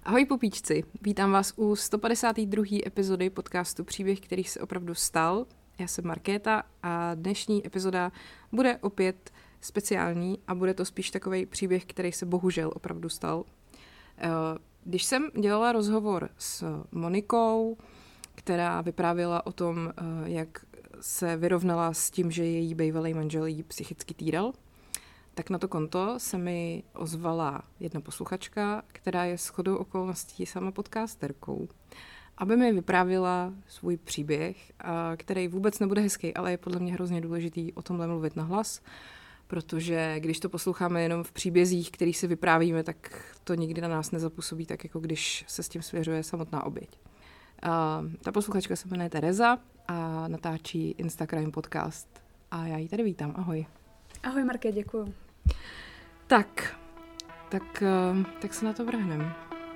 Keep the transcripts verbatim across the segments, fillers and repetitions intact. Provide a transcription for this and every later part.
Ahoj pupíčci, vítám vás u sto padesáté druhé epizody podcastu Příběh, který se opravdu stal. Já jsem Markéta a dnešní epizoda bude opět speciální a bude to spíš takový příběh, který se bohužel opravdu stal. Když jsem dělala rozhovor s Monikou, která vyprávěla o tom, jak se vyrovnala s tím, že její bývalý manžel jí psychicky týral, tak na to konto se mi ozvala jedna posluchačka, která je shodou okolností sama podcasterkou, aby mi vyprávěla svůj příběh, který vůbec nebude hezký, ale je podle mě hrozně důležitý o tomhle mluvit nahlas, protože když to posloucháme jenom v příbězích, který si vyprávíme, tak to nikdy na nás nezapůsobí tak, jako když se s tím svěřuje samotná oběť. A ta posluchačka se jmenuje Tereza a natáčí Instagram podcast a já ji tady vítám. Ahoj. Ahoj Marké, děkuju. Tak, tak, tak se na to vrhneme.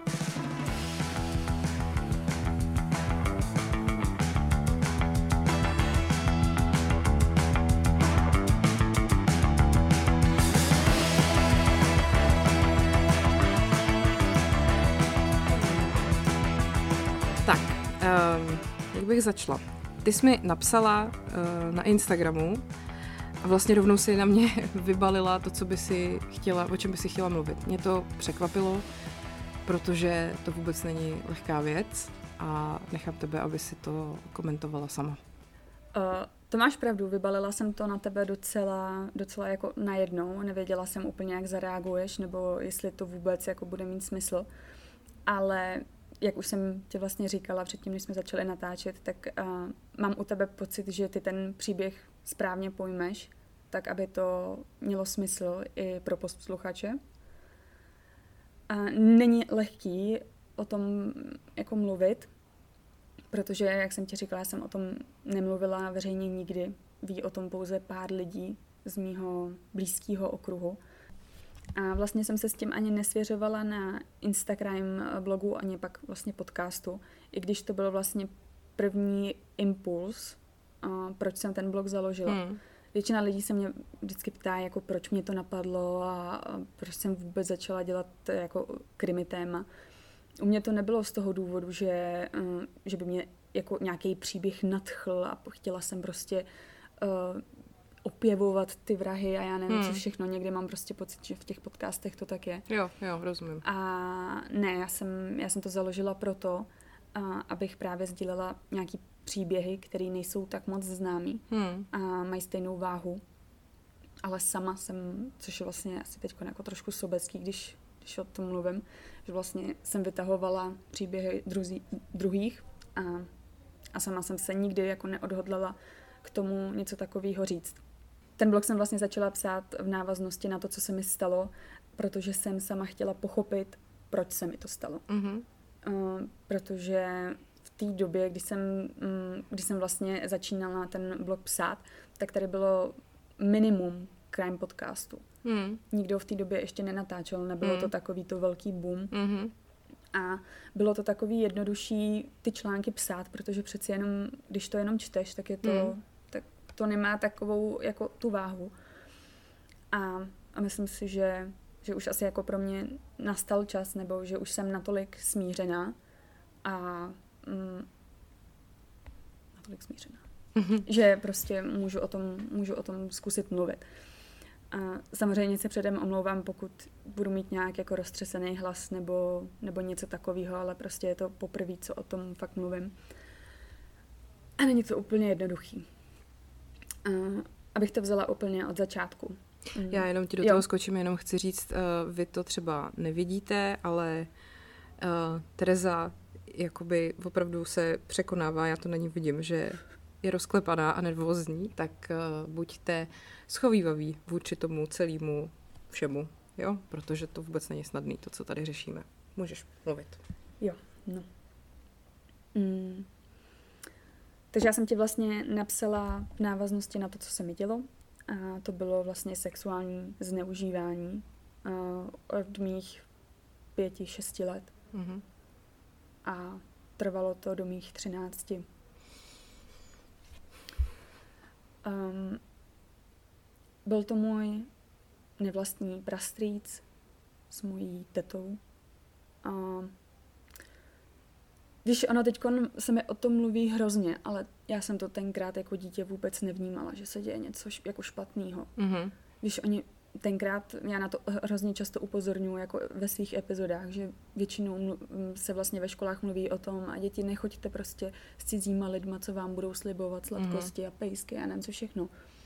Tak, um, jak bych začala? Ty jsi mi napsala uh, na Instagramu a vlastně rovnou si na mě vybalila to, co by si chtěla, o čem by si chtěla mluvit. Mě to překvapilo, protože to vůbec není lehká věc a nechám tebe, aby si to komentovala sama. Uh, to máš pravdu, vybalila jsem to na tebe docela, docela jako najednou. Nevěděla jsem úplně, jak zareaguješ, nebo jestli to vůbec jako bude mít smysl. Ale jak už jsem ti vlastně říkala předtím, než jsme začali natáčet, tak uh, mám u tebe pocit, že ty ten příběh správně pojmeš, tak aby to mělo smysl i pro posluchače. A není lehký o tom jako mluvit, protože, jak jsem ti říkala, já jsem o tom nemluvila veřejně nikdy. Ví o tom pouze pár lidí z mýho blízkého okruhu. A vlastně jsem se s tím ani nesvěřovala na Instagram blogu, ani pak vlastně podcastu, i když to byl vlastně první impuls, a proč jsem ten blog založila. Hmm. Většina lidí se mě vždycky ptá, jako proč mě to napadlo a, a proč jsem vůbec začala dělat jako krimi téma. U mě to nebylo z toho důvodu, že, že by mě jako nějaký příběh nadchl a chtěla jsem prostě uh, opěvovat ty vrahy a já nevím, hmm. co všechno. Někdy mám prostě pocit, že v těch podcastech to tak je. Jo, jo, rozumím. A ne, já jsem, já jsem to založila proto, a, abych právě sdílela nějaký příběhy, které nejsou tak moc známý hmm. a mají stejnou váhu. Ale sama jsem, což je vlastně asi teď jako trošku sobecký, když, když o tom mluvím, že vlastně jsem vytahovala příběhy druzí, druhých a, a sama jsem se nikdy jako neodhodlala k tomu něco takového říct. Ten blog jsem vlastně začala psát v návaznosti na to, co se mi stalo, protože jsem sama chtěla pochopit, proč se mi to stalo. Mm-hmm. Uh, protože v té době, kdy jsem, um, kdy jsem vlastně začínala ten blog psát, tak tady bylo minimum crime podcastu. Mm. Nikdo v té době ještě nenatáčel, nebylo mm. to takový to velký boom. Mm-hmm. A bylo to takový jednodušší ty články psát, protože přeci jenom, když to jenom čteš, tak je to... Mm. to nemá takovou jako tu váhu. A, a myslím si, že, že už asi jako pro mě nastal čas, nebo že už jsem natolik smířená a mm, natolik smířená, mm-hmm. že prostě můžu o tom, můžu o tom zkusit mluvit. A samozřejmě se předem omlouvám, pokud budu mít nějak jako roztřesený hlas nebo, nebo něco takového, ale prostě je to poprvé, co o tom fakt mluvím. A není to úplně jednoduchý. Uh, abych to vzala úplně od začátku. Mm. Já jenom ti do jo. toho skočím, jenom chci říct, uh, vy to třeba nevidíte, ale uh, Tereza jakoby opravdu se překonává, já to na ní vidím, že je rozklepaná a nervózní, tak uh, buďte schovývaví vůči tomu celému všemu, jo? Protože to vůbec není snadný, to, co tady řešíme. Můžeš mluvit. Jo, no. Mm. Takže já jsem ti vlastně napsala v návaznosti na to, co se mi dělo. A to bylo vlastně sexuální zneužívání uh, od mých pěti, šesti let. Mm-hmm. A trvalo to do mých třinácti. Um, byl to můj nevlastní prastrýc s mojí tetou. A Když ono teď se mi o tom mluví hrozně, ale já jsem to tenkrát jako dítě vůbec nevnímala, že se děje něco š- jako špatného. Mm-hmm. Když oni tenkrát, já na to hrozně často upozorňuji jako ve svých epizodách, že většinou mlu- se vlastně ve školách mluví o tom a děti nechoďte prostě s cizíma lidma, co vám budou slibovat sladkosti mm-hmm. a pejsky a nevím co všechno.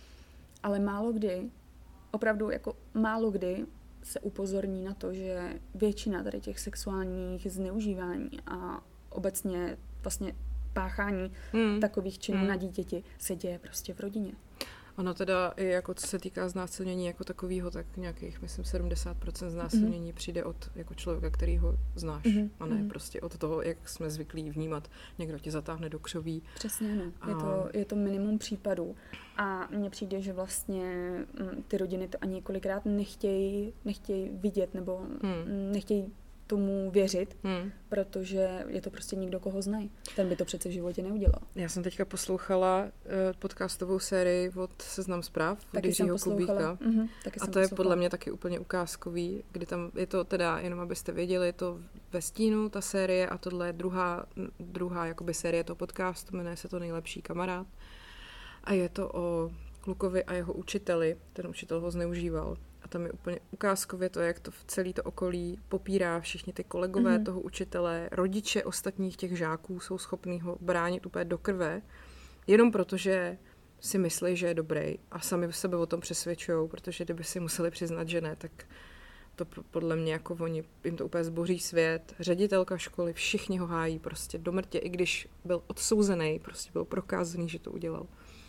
Ale málo kdy, opravdu jako málo kdy se upozorní na to, že většina tady těch sexuálních zneužívání a obecně vlastně páchání hmm. takových činů hmm. na dítěti se děje prostě v rodině. Ono teda i jako co se týká znásilnění jako takového, tak nějakých, myslím, sedmdesát procent znásilnění mm. přijde od jako člověka, který ho znáš. Mm. A ne mm. prostě od toho, jak jsme zvyklí vnímat. Někdo tě zatáhne do křoví. Přesně, no. A... Je, to, je to minimum případů. A mně přijde, že vlastně ty rodiny to ani kolikrát nechtějí, nechtějí vidět nebo mm. nechtějí tomu věřit, hmm. protože je to prostě někdo, koho znají. Ten by to přece v životě neudělal. Já jsem teďka poslouchala uh, podcastovou sérii od Seznam zpráv, od Jiřího Kubíka. Mm-hmm, a to je podle mě taky úplně ukázkový, kdy tam je to teda, jenom abyste věděli, je to ve stínu, ta série, a tohle je druhá, druhá jakoby série toho podcastu, jmenuje se to Nejlepší kamarád. A je to o klukovi a jeho učiteli. Ten učitel ho zneužíval. A tam je úplně ukázkově to, jak to v celé to okolí popírá, všichni ty kolegové mm-hmm. toho učitele, rodiče ostatních těch žáků jsou schopní ho bránit úplně do krve, jenom protože si myslí, že je dobrý a sami sebe o tom přesvědčují, protože kdyby si museli přiznat, že ne, tak to podle mě jako oni, jim to úplně zboří svět. Ředitelka školy, všichni ho hájí prostě do mrtě, i když byl odsouzený, prostě byl prokázaný, že to udělal.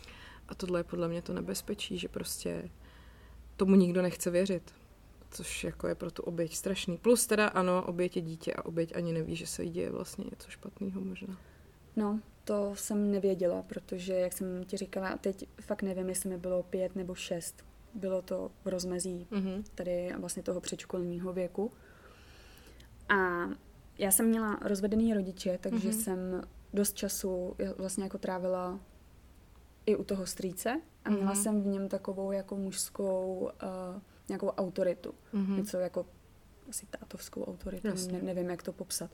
A tohle je podle mě to nebezpečí, že prostě tomu nikdo nechce věřit, což jako je pro tu oběť strašný. Plus teda ano, oběť je dítě a oběť ani neví, že se jí děje vlastně něco špatného možná. No, to jsem nevěděla, protože, jak jsem ti říkala, teď fakt nevím, jestli mi bylo pět nebo šest. Bylo to v rozmezí mm-hmm. tady vlastně toho předškolního věku. A já jsem měla rozvedený rodiče, takže mm-hmm. jsem dost času vlastně jako trávila i u toho strýce a měla mm-hmm. jsem v něm takovou jako mužskou uh, nějakou autoritu. Mm-hmm. Něco jako asi tátovskou autoritu, ne, nevím, jak to popsat.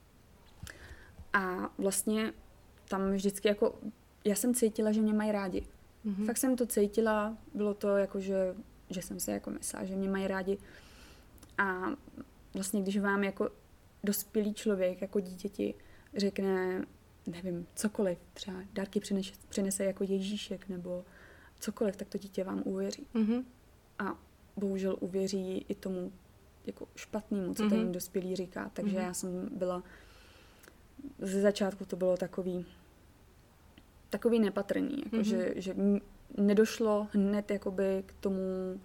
A vlastně tam vždycky jako, já jsem cítila, že mě mají rádi. Mm-hmm. Fakt jsem to cítila, bylo to jako, že, že jsem si jako myslela, že mě mají rádi. A vlastně, když vám jako dospělý člověk, jako dítěti, řekne, nevím, cokoliv, třeba dárky přinese, přinese jako Ježíšek, nebo cokoliv, tak to dítě vám uvěří. Mm-hmm. A bohužel uvěří i tomu jako špatnému, co mm-hmm. ten dospělý říká. Takže mm-hmm. já jsem byla, ze začátku to bylo takový, takový nepatrný, jako mm-hmm. že, že nedošlo hned jakoby k tomu,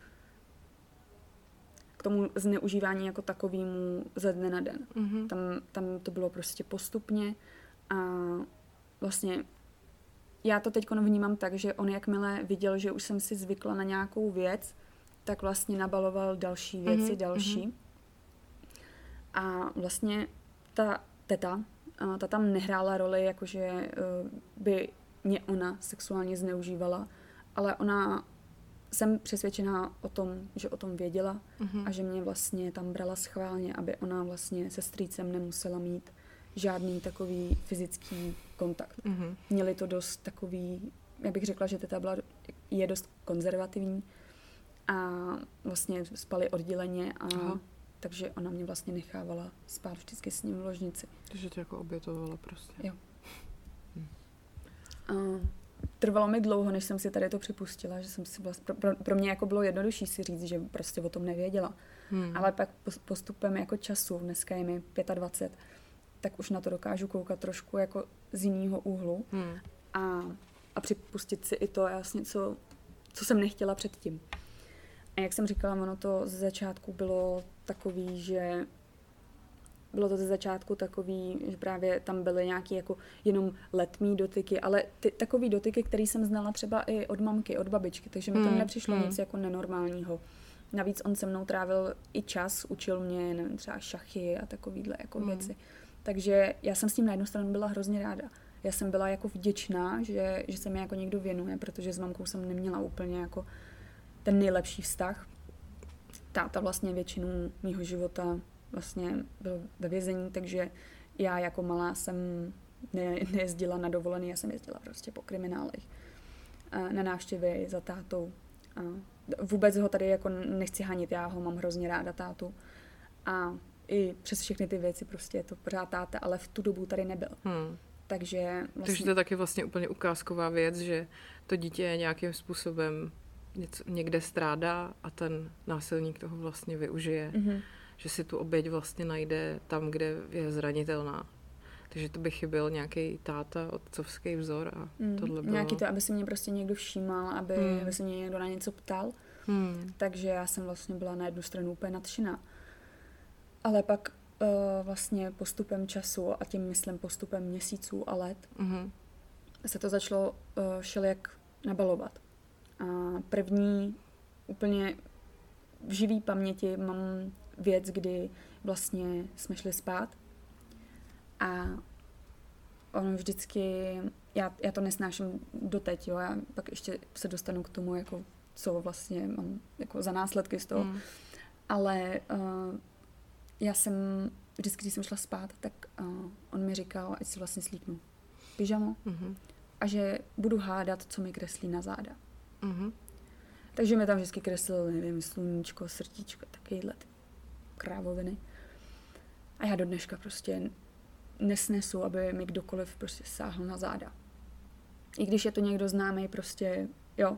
k tomu zneužívání jako takovému ze dne na den. Mm-hmm. Tam, tam to bylo prostě postupně a vlastně já to teď vnímám tak, že on jakmile viděl, že už jsem si zvykla na nějakou věc, tak vlastně nabaloval další věci, mm-hmm. další. Mm-hmm. A vlastně ta teta, ta tam nehrála roli, jakože by mě ona sexuálně zneužívala, ale ona, jsem přesvědčená o tom, že o tom věděla mm-hmm. a že mě vlastně tam brala schválně, aby ona vlastně se strýcem nemusela mít žádný takový fyzický kontakt. Mm-hmm. Měli to dost takový, já bych řekla, že teta byla, je dost konzervativní a vlastně spali odděleně a Aha. takže ona mě vlastně nechávala spát vždycky s ním v ložnici. Takže tě jako obětovala prostě. Jo. Hm. A trvalo mi dlouho, než jsem si tady to připustila, že jsem si vlastně, pro, pro mě jako bylo jednodušší si říct, že prostě o tom nevěděla. Hmm. Ale pak postupem jako času, dneska je mi dvacet pět, tak už na to dokážu koukat trošku jako z jiného úhlu hmm. a, a připustit si i to jasně, co, co jsem nechtěla předtím. A jak jsem říkala, ono to ze začátku bylo takový, že bylo to ze začátku takový, že právě tam byly nějaký jako jenom letmý dotyky, ale ty, takový dotyky, který jsem znala třeba i od mamky, od babičky, takže mi to hmm. nepřišlo hmm. nic jako nenormálního. Navíc on se mnou trávil i čas, učil mě, nevím, třeba šachy a takovýhle jako hmm. věci. Takže já jsem s tím na jednu stranu byla hrozně ráda. Já jsem byla jako vděčná, že, že se mi jako někdo věnuje, protože s mamkou jsem neměla úplně jako ten nejlepší vztah. Táta vlastně většinu mýho života vlastně byl ve vězení, takže já jako malá jsem ne, nejezdila na dovolený, já jsem jezdila prostě po kriminálech. Na návštěvy za tátou. A vůbec ho tady jako nechci hanit, já ho mám hrozně ráda, tátu. A i přes všechny ty věci prostě je to pořád táta, ale v tu dobu tady nebyl. Hmm. Takže vlastně... Takže to je taky vlastně úplně ukázková věc, že to dítě nějakým způsobem něco, někde strádá a ten násilník toho vlastně využije. Mm-hmm. Že si tu oběť vlastně najde tam, kde je zranitelná. Takže to by chyběl nějaký táta, otcovský vzor a mm, tohle bylo... Nějaký to, aby se mě prostě někdo všímal, aby, mm. aby se mě někdo na něco ptal. Mm. Takže já jsem vlastně byla na jednu stranu úplně nadšená. Ale pak uh, vlastně postupem času, a tím myslím postupem měsíců a let, mm. se to začalo uh, všelijak nabalovat. A první úplně v živý paměti mám věc, kdy vlastně jsme šli spát a on vždycky, já, já to nesnáším doteď, jo, já pak ještě se dostanu k tomu, jako, co vlastně mám jako za následky z toho, mm. ale uh, já jsem, vždycky, když jsem šla spát, tak uh, on mi říkal, ať si vlastně slíknu pyžamo mm-hmm. a že budu hádat, co mi kreslí na záda. Mm-hmm. Takže mi tam vždycky kreslil, nevím, sluníčko, srdíčko, takovýhle krávoviny. A já do dneška prostě nesnesu, aby mi kdokoliv prostě sáhl na záda. I když je to někdo známý, prostě, jo.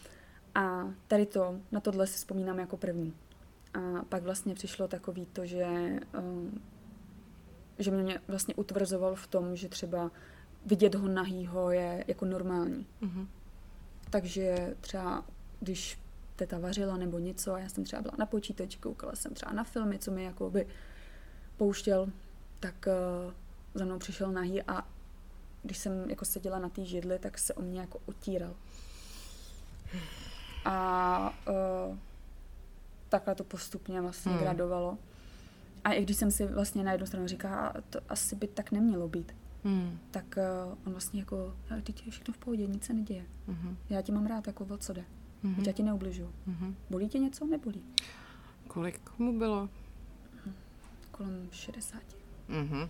A tady to, na tohle si vzpomínám jako první. A pak vlastně přišlo takový to, že, um, že mě vlastně utvrzoval v tom, že třeba vidět ho nahýho je jako normální. Mm-hmm. Takže třeba, když teta vařila nebo něco, a já jsem třeba byla na počítači, koukala jsem třeba na filmy, co mi jakoby pouštěl, tak uh, za mnou přišel nahý a když jsem jako seděla na té židli, tak se o mě jako otíral. A uh, takhle to postupně vlastně hmm. gradovalo. A i když jsem si vlastně na jednu stranu říkala, to asi by tak nemělo být, hmm. tak uh, on vlastně jako, teď je všechno v pohodě, nic se neděje. Hmm. Já tě mám rád, jako o co jde. Hmm. Já ti neubližuju. Hmm. Bolí tě něco? Nebolí. Kolik mu bylo? Kolem šedesáti. Mhm.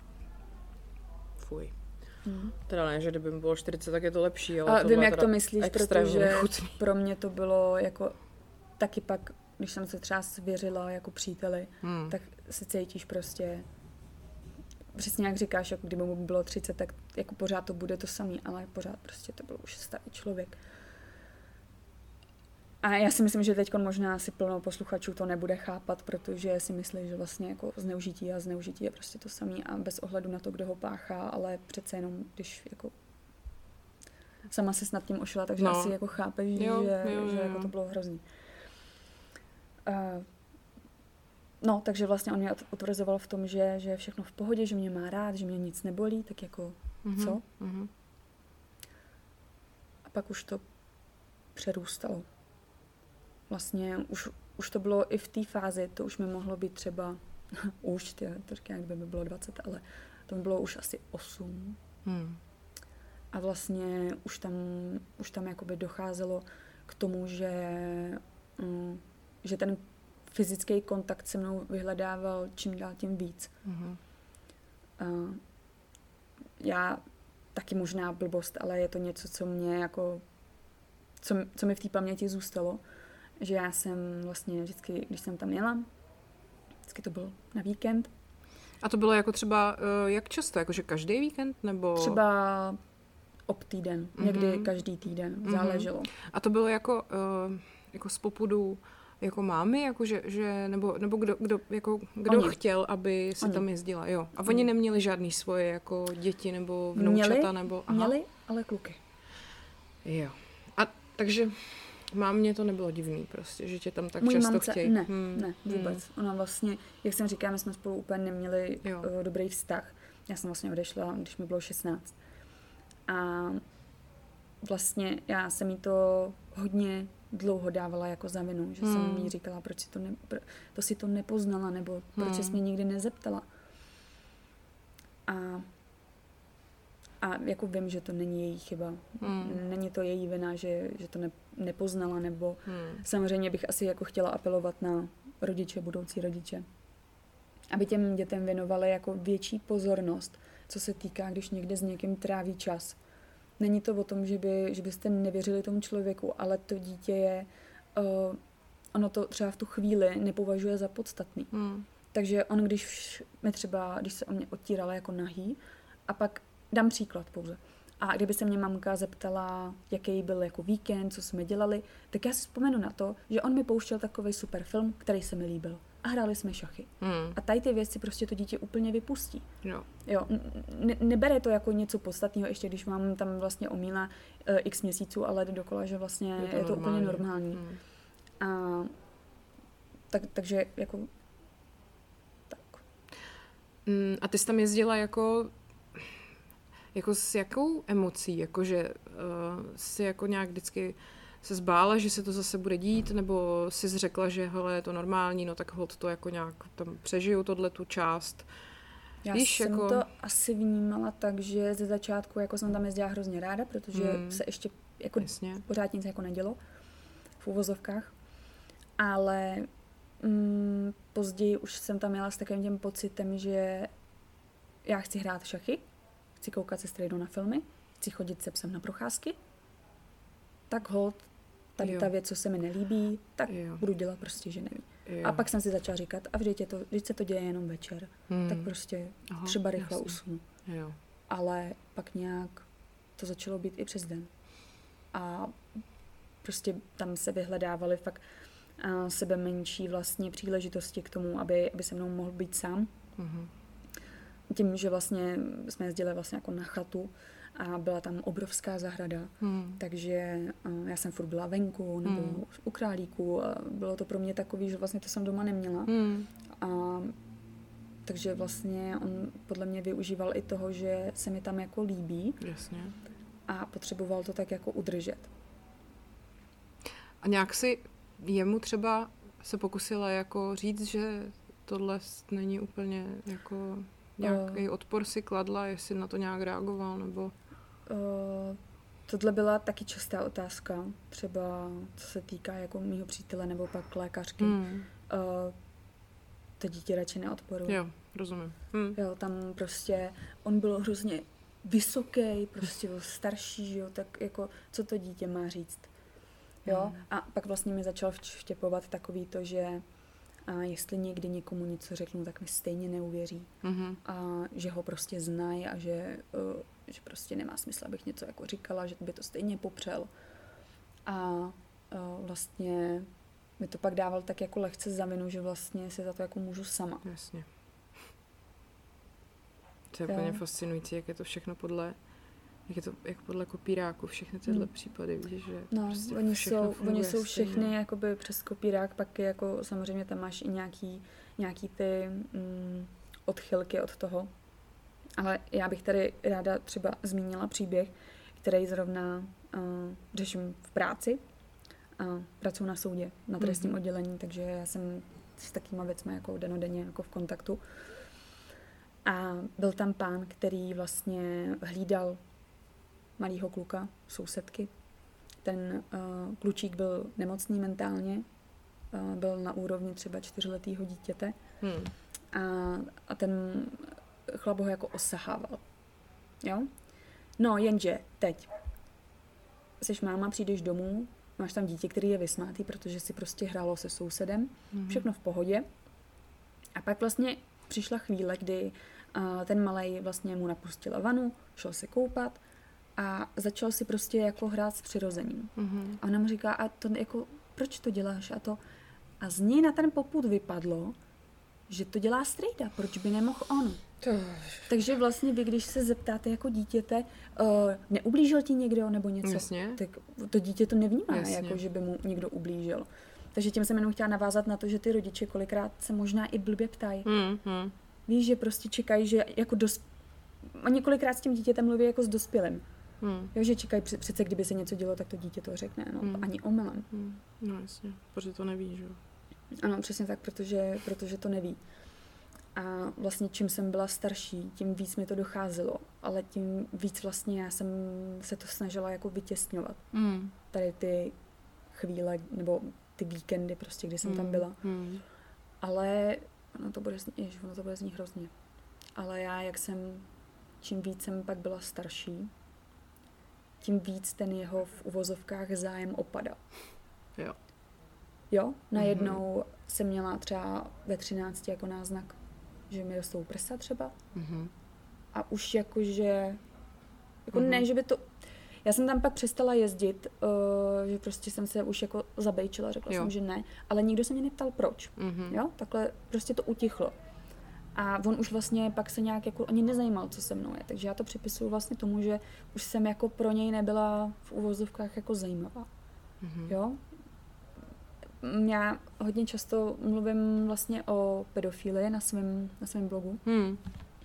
Fuj. Hmm. Teda ne, že kdyby mi bylo čtyřicet, tak je to lepší. Ale a vím, jak to myslíš, protože nechutný. Pro mě to bylo jako taky pak, když jsem se třeba svěřila jako příteli, hmm. tak se cítíš prostě, přesně jak říkáš, jako kdyby mu bylo třicet, tak jako pořád to bude to samý, ale pořád prostě to byl už starý člověk. A já si myslím, že teď možná asi plno posluchačů to nebude chápat, protože si myslí, že vlastně jako zneužití a zneužití je prostě to samé a bez ohledu na to, kdo ho páchá, ale přece jenom, když jako sama se nad tím ošla, takže no. asi jako chápeš, jo, že, jo, jo, že jako to bylo hrozný. Uh, no, takže vlastně on mě utvrzoval v tom, že, že je všechno v pohodě, že mě má rád, že mě nic nebolí, tak jako mm-hmm, co? Mm-hmm. A pak už to přerůstalo. Vlastně už, už to bylo i v té fázi, to už mi mohlo být třeba, už, tě, to říkám, jak by mi bylo dvacet, ale to mi bylo už asi osm. Hmm. A vlastně už tam, už tam jakoby docházelo k tomu, že, um, že ten fyzický kontakt se mnou vyhledával čím dál tím víc. Hmm. Uh, já taky možná blbost, ale je to něco, co mě jako, co, co mi v té paměti zůstalo, že já jsem vlastně vždycky, když jsem tam jela, vždycky to bylo na víkend. A to bylo jako třeba, jak často? Jakože každý víkend? Nebo... Třeba ob týden, mm-hmm. někdy každý týden, mm-hmm. záleželo. A to bylo jako, jako z popudu jako mámy, jakože, že, nebo, nebo kdo, kdo, jako, kdo chtěl, aby se oni. tam jezdila? Jo. A oni neměli žádný svoje jako děti nebo vnoučata? Měli, nebo, aha. měli, ale kluky. Jo. A takže... Mámě to nebylo divný prostě, že tě tam tak Můj často mamce, chtějí. Ne, hmm. ne, vůbec. Hmm. Ona vlastně, jak jsem říkala, my jsme spolu úplně neměli uh, dobrý vztah. Já jsem vlastně odešla, když mi bylo šestnáct. A vlastně já jsem jí to hodně dlouho dávala jako za vinu, že hmm. jsem jí říkala, proč si to, ne, pro, to si to nepoznala, nebo proč hmm. jsi mě nikdy nezeptala. A A jako vím, že to není její chyba. Hmm. Není to její vina, že, že to ne, nepoznala, nebo hmm. samozřejmě bych asi jako chtěla apelovat na rodiče, budoucí rodiče. aby těm dětem věnovali jako větší pozornost, co se týká, když někde s někým tráví čas. Není to o tom, že, by, že byste nevěřili tomu člověku, ale to dítě je, uh, ono to třeba v tu chvíli nepovažuje za podstatný. Hmm. Takže on, když mi třeba, když se o mě odtírala jako nahý, a pak dám příklad pouze. A kdyby se mě mamka zeptala, jaký byl jako víkend, co jsme dělali, tak já si vzpomenu na to, že on mi pouštěl takový super film, který se mi líbil. A hráli jsme šachy. Hmm. A tady ty věci prostě to dítě úplně vypustí. Jo. Jo, ne, nebere to jako něco podstatného, ještě když mám tam vlastně omíla uh, x měsíců, ale dokola, že vlastně je to, je to úplně normální. Hmm. A tak, takže jako tak. Hmm, a ty jsi tam jezdila jako jako s jakou emocí? Jakože uh, si jako nějak vždycky se zbála, že se to zase bude dít, nebo jsi řekla, že hele, je to normální, no tak hod to jako nějak tam přežiju tohle tu část. Já Víš, jsem jako... to asi vnímala tak, že ze začátku jako jsem tam jezdila hrozně ráda, protože hmm. se ještě jako pořád nic jako nedělo v uvozovkách. Ale mm, později už jsem tam jela s takovým tím pocitem, že já chci hrát šachy, chci koukat se strejdou na filmy, chci chodit se psem na procházky, tak hold, tady jo. ta věc, co se mi nelíbí, tak jo. budu dělat prostě, že nevím. Jo. A pak jsem si začala říkat, a vždyť, je to, vždyť se to děje jenom večer, hmm. tak prostě Aha, třeba rychle jasný. usnu. Jo. Ale pak nějak to začalo být i přes den. A prostě tam se vyhledávaly fakt uh, sebe menší vlastně příležitosti k tomu, aby, aby se mnou mohl být sám. Hmm. Tím, že vlastně jsme jezdili vlastně jako na chatu a byla tam obrovská zahrada, hmm. takže uh, já jsem furt byla venku nebo hmm. u králíků a bylo to pro mě takový, že vlastně to jsem doma neměla. Hmm. A, takže vlastně on podle mě využíval i toho, že se mi tam jako líbí. Jasně. A potřeboval to tak jako udržet. A nějak si jemu třeba se pokusila jako říct, že tohle není úplně jako... Nějaký odpor si kladla, jestli na to nějak reagoval, nebo... Uh, tohle byla taky častá otázka, třeba co se týká jako mýho přítele nebo pak lékařky. Hmm. Uh, to dítě radši neodporuje. Jo, rozumím. Hmm. Jo, tam prostě, on byl hrozně vysoký, prostě byl starší, že jo, tak jako, co to dítě má říct. Jo, hmm. a pak vlastně mi začal vštěpovat takový to, že a jestli někdy někomu něco řeknu, tak mi stejně neuvěří. Mm-hmm. A že ho prostě znají a že, uh, že prostě nemá smysl, abych něco jako říkala, že by to stejně popřel. A uh, vlastně mi to pak dával tak jako lehce za vinu, že vlastně si za to jako můžu sama. Jasně. To je úplně fascinující, jak je to všechno podle... Jak je to jak podle kopíráku, všechny tyhle hmm. případy, víš, že no, prostě oni jsou, oni jsou všechny jakoby přes kopírák, pak je jako samozřejmě tam máš i nějaký, nějaký ty mm, odchylky od toho. Ale já bych tady ráda třeba zmínila příběh, který zrovna uh, řeším v práci. Uh, pracuji na soudě, na trestním mm-hmm. oddělení, takže já jsem s takýma věcmi jako denodenně jako v kontaktu. A byl tam pán, který vlastně hlídal malýho kluka, sousedky. Ten uh, klučík byl nemocný mentálně, uh, byl na úrovni třeba čtyřletýho dítěte hmm. a, a ten chlap ho jako osahával. Jo? No, jenže teď seš máma, přijdeš domů, máš tam dítě, který je vysmátý, protože si prostě hrálo se sousedem, hmm. všechno v pohodě. A pak vlastně přišla chvíle, kdy uh, ten malej vlastně mu napustil vanu, šel se koupat, a začal si prostě jako hrát s přirozením. Mm-hmm. A ona mu říká, a to jako, proč to děláš? A to a z něj na ten popud vypadlo, že to dělá strejda, proč by nemohl on? To... Takže vlastně vy, když se zeptáte jako dítěte, uh, neublížil ti někdo nebo něco, Jasně. tak to dítě to nevnímá, jako, že by mu někdo ublížil. Takže tím jsem jenom chtěla navázat na to, že ty rodiče kolikrát se možná i blbě ptají. Mm-hmm. Víš, že prostě čekají, že jako dos... Oni kolikrát s tím dítětem mluví jako s dospělým. Hmm. Jo, že čekají přece, kdyby se něco dělo, tak to dítě to řekne, no, hmm. ani omylem. Hmm. No jasně, protože to neví, že jo. Ano, přesně tak, protože, protože to neví. A vlastně čím jsem byla starší, tím víc mi to docházelo, ale tím víc vlastně já jsem se to snažila jako vytěsňovat. Hmm. Tady ty chvíle, nebo ty víkendy prostě, kdy jsem hmm. tam byla. Hmm. Ale ono to bude, ježiš, ono to bude znít hrozně. Ale já, jak jsem, čím víc jsem pak byla starší, tím víc ten jeho v uvozovkách zájem opadal. Jo. Jo, najednou mm-hmm. jsem měla třeba ve třinácti jako náznak, že mi rostou prsa třeba. Mm-hmm. A už jakože, jako mm-hmm. ne, že by to, já jsem tam pak přestala jezdit, uh, že prostě jsem se už jako zabejčila, řekla jo. jsem, že ne, ale nikdo se mě neptal proč, mm-hmm. jo, takhle prostě to utichlo. A on už vlastně pak se nějak jako ani nezajímal, co se mnou je, takže já to připisuju vlastně tomu, že už jsem jako pro něj nebyla v uvozovkách jako zajímavá, mm-hmm. jo. Já hodně často mluvím vlastně o pedofilii na svém na svém blogu. Hmm.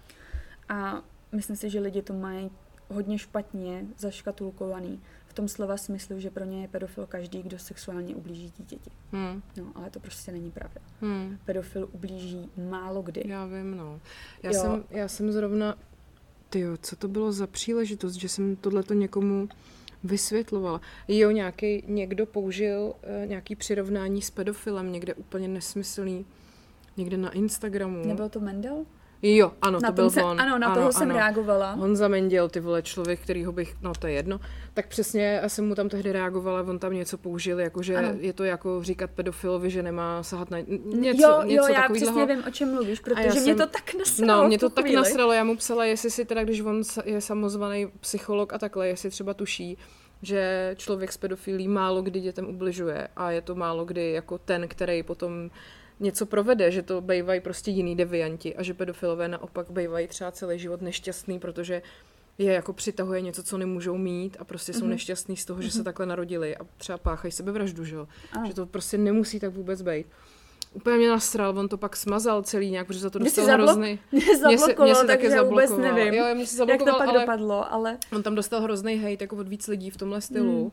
A myslím si, že lidi to mají hodně špatně zaškatulkovaný v tom slova smyslu, že pro ně je pedofil každý, kdo sexuálně ublíží dítěti. Hmm. No, ale to prostě není pravda. Hmm. Pedofil ublíží málo kdy. Já vím, no. Já, jsem, já jsem zrovna, tyjo, co to bylo za příležitost, že jsem tohleto někomu vysvětlovala. Jo, nějaký, někdo použil uh, nějaký přirovnání s pedofilem, někde úplně nesmyslný, někde na Instagramu. Nebyl to Mendel? Jo, ano, na to byl se, on. Ano, na ano, toho ano. jsem reagovala. Honza Menděl, ty vole, člověk, kterýho bych, no to je jedno. Tak přesně, já jsem mu tam tehdy reagovala, on tam něco použil, jakože ano. je to jako říkat pedofilovi, že nemá sahat na něco, jo, něco jo, já takovýhleho. přesně vím, o čem mluvíš, protože jsem, mě to tak nasralo. No, mě to tak nasralo, já mu psala, jestli si teda, když on je samozvaný psycholog a takhle, jestli třeba tuší, že člověk s pedofilí málo kdy dětem ubližuje a je to málo kdy jako ten, který potom něco provede, že to bývají prostě jiný devianti a že pedofilové naopak bývají třeba celý život nešťastný, protože je jako přitahuje něco, co nemůžou mít a prostě mm-hmm. jsou nešťastní z toho, že mm-hmm. se takhle narodili a třeba páchají sebevraždu, že jo? Ah. Že to prostě nemusí tak vůbec být. Úplně mě nasral, on to pak smazal celý nějak, protože za to dostal zablo- hrozný... Mě zablokoval, takže já vůbec nevím, jo, mě se jak to pak ale dopadlo, ale... On tam dostal hrozný hejt jako od víc lidí v tomhle stylu. Mm.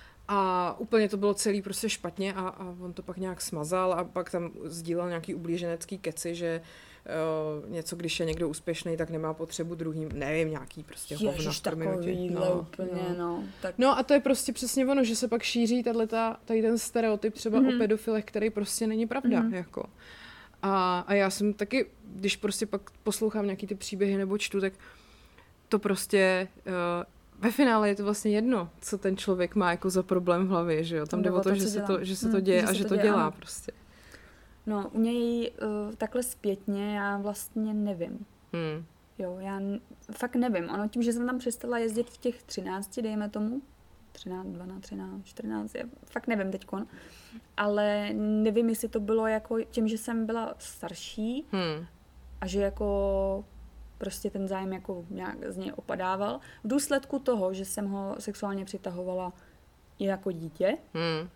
A úplně to bylo celý prostě špatně a, a on to pak nějak smazal a pak tam sdílel nějaký ublíženecký keci, že uh, něco, když je někdo úspěšný, tak nemá potřebu druhým, nevím, nějaký prostě hovna. Ježiš, takovýhle no, úplně, no. no. Tak... No a to je prostě přesně ono, že se pak šíří tato, tady ten stereotyp třeba mm-hmm. o pedofilech, který prostě není pravda, mm-hmm. jako. A, a já jsem taky, když prostě pak poslouchám nějaký ty příběhy nebo čtu, tak to prostě... Uh, ve finále je to vlastně jedno, co ten člověk má jako za problém v hlavě, že jo? Tam jde o to, to že, se to, že se to děje hmm, a že, že to dělá, dělá prostě. No, u něj uh, takhle zpětně já vlastně nevím. Hmm. Jo, já n- fakt nevím. Ono tím, že jsem tam přestala jezdit v těch třinácti, dejme tomu, třináct, dvanáct, třináct, čtrnáct, já fakt nevím teďkon, ale nevím, jestli to bylo jako tím, že jsem byla starší hmm. a že jako... prostě ten zájem jako nějak z něj opadával. V důsledku toho, že jsem ho sexuálně přitahovala i jako dítě, hmm.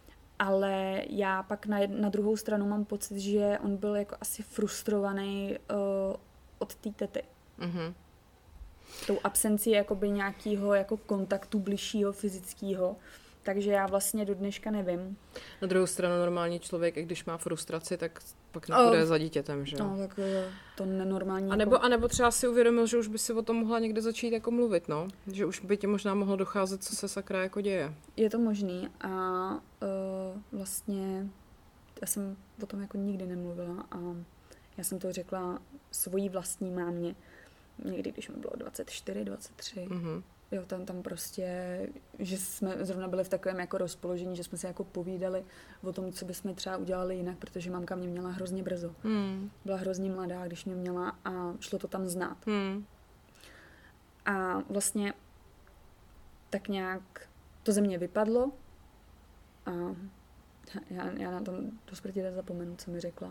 ale já pak na, jed, na druhou stranu mám pocit, že on byl jako asi frustrovaný uh, od té tety. Mm-hmm. Tou absencí jakoby nějakého jako kontaktu bližšího fyzického. Takže já vlastně do dneška nevím. Na druhou stranu normální člověk, i když má frustraci, tak pak nepůjde oh. za dítětem, že jo? No, tak to nenormální. A nebo, a nebo třeba si uvědomil, že už by si o tom mohla někde začít jako mluvit, no? Že už by ti možná mohlo docházet, co se sakra jako děje. Je to možný a uh, vlastně já jsem o tom jako nikdy nemluvila a já jsem to řekla svojí vlastní mámě někdy, když mi bylo dvacet čtyři, dvacet tři. Mm-hmm. Jo, tam, tam prostě, že jsme zrovna byli v takovém jako rozpoložení, že jsme se jako povídali o tom, co bychom třeba udělali jinak, protože mamka mě měla hrozně brzo. Hmm. Byla hrozně mladá, když mě měla a šlo to tam znát. Hmm. A vlastně tak nějak to ze mě vypadlo a já, já na tom do smrti nezapomenu, co mi řekla.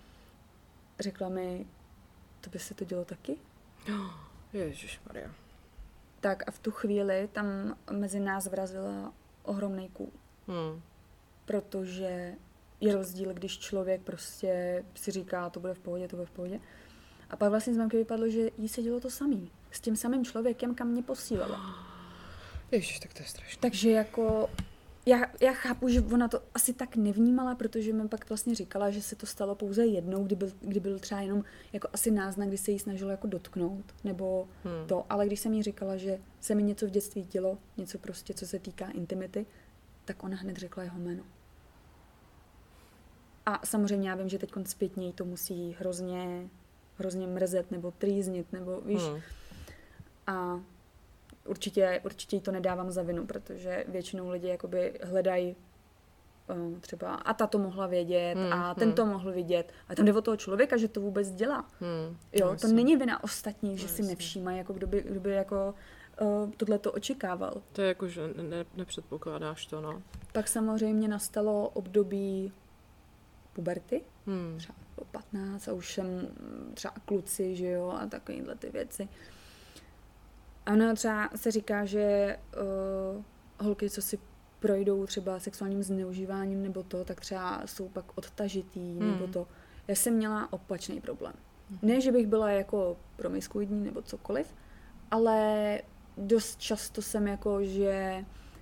Řekla mi, to by se to dělo taky? Ježišmarja. Tak a v tu chvíli tam mezi nás vrazila ohromnej kůl. Hmm. Protože je rozdíl, když člověk prostě si říká, to bude v pohodě, to bude v pohodě. A pak vlastně z mamky vypadlo, že jí se dělo to samý. S tím samým člověkem, kam mě posílala. Ježiš, tak to je strašné. Takže jako... Já, já chápu, že ona to asi tak nevnímala, protože mi pak vlastně říkala, že se to stalo pouze jednou, kdy byl, kdy byl třeba jenom jako asi náznak, kdy se jí snažilo jako dotknout, nebo hmm. to. Ale když jsem jí říkala, že se mi něco v dětství dělo, něco prostě, co se týká intimity, tak ona hned řekla jeho jméno. A samozřejmě já vím, že teď zpětněji to musí hrozně, hrozně mrzet nebo trýznit, nebo víš. Hmm. A určitě, určitě jí to nedávám za vinu, protože většinou lidi jakoby hledají uh, třeba a ta to mohla vědět hmm. a ten to hmm. mohl vidět. A tam jde o toho člověka, že to vůbec dělá. Hmm. Jo, to není vina ostatních, že si nevšímají, jako kdo by, kdo by jako uh, tohle to očekával. To je jako, že ne, nepředpokládáš to, no. Pak samozřejmě nastalo období puberty, hmm. třeba patnáct a už jsem třeba kluci, že jo, a takovýhle ty věci. Ano, třeba se říká, že uh, holky, co si projdou třeba sexuálním zneužíváním nebo to, tak třeba jsou pak odtažitý hmm. nebo to. Já jsem měla opačný problém. Hmm. Ne, že bych byla jako promiskuitní nebo cokoliv, ale dost často jsem jako, že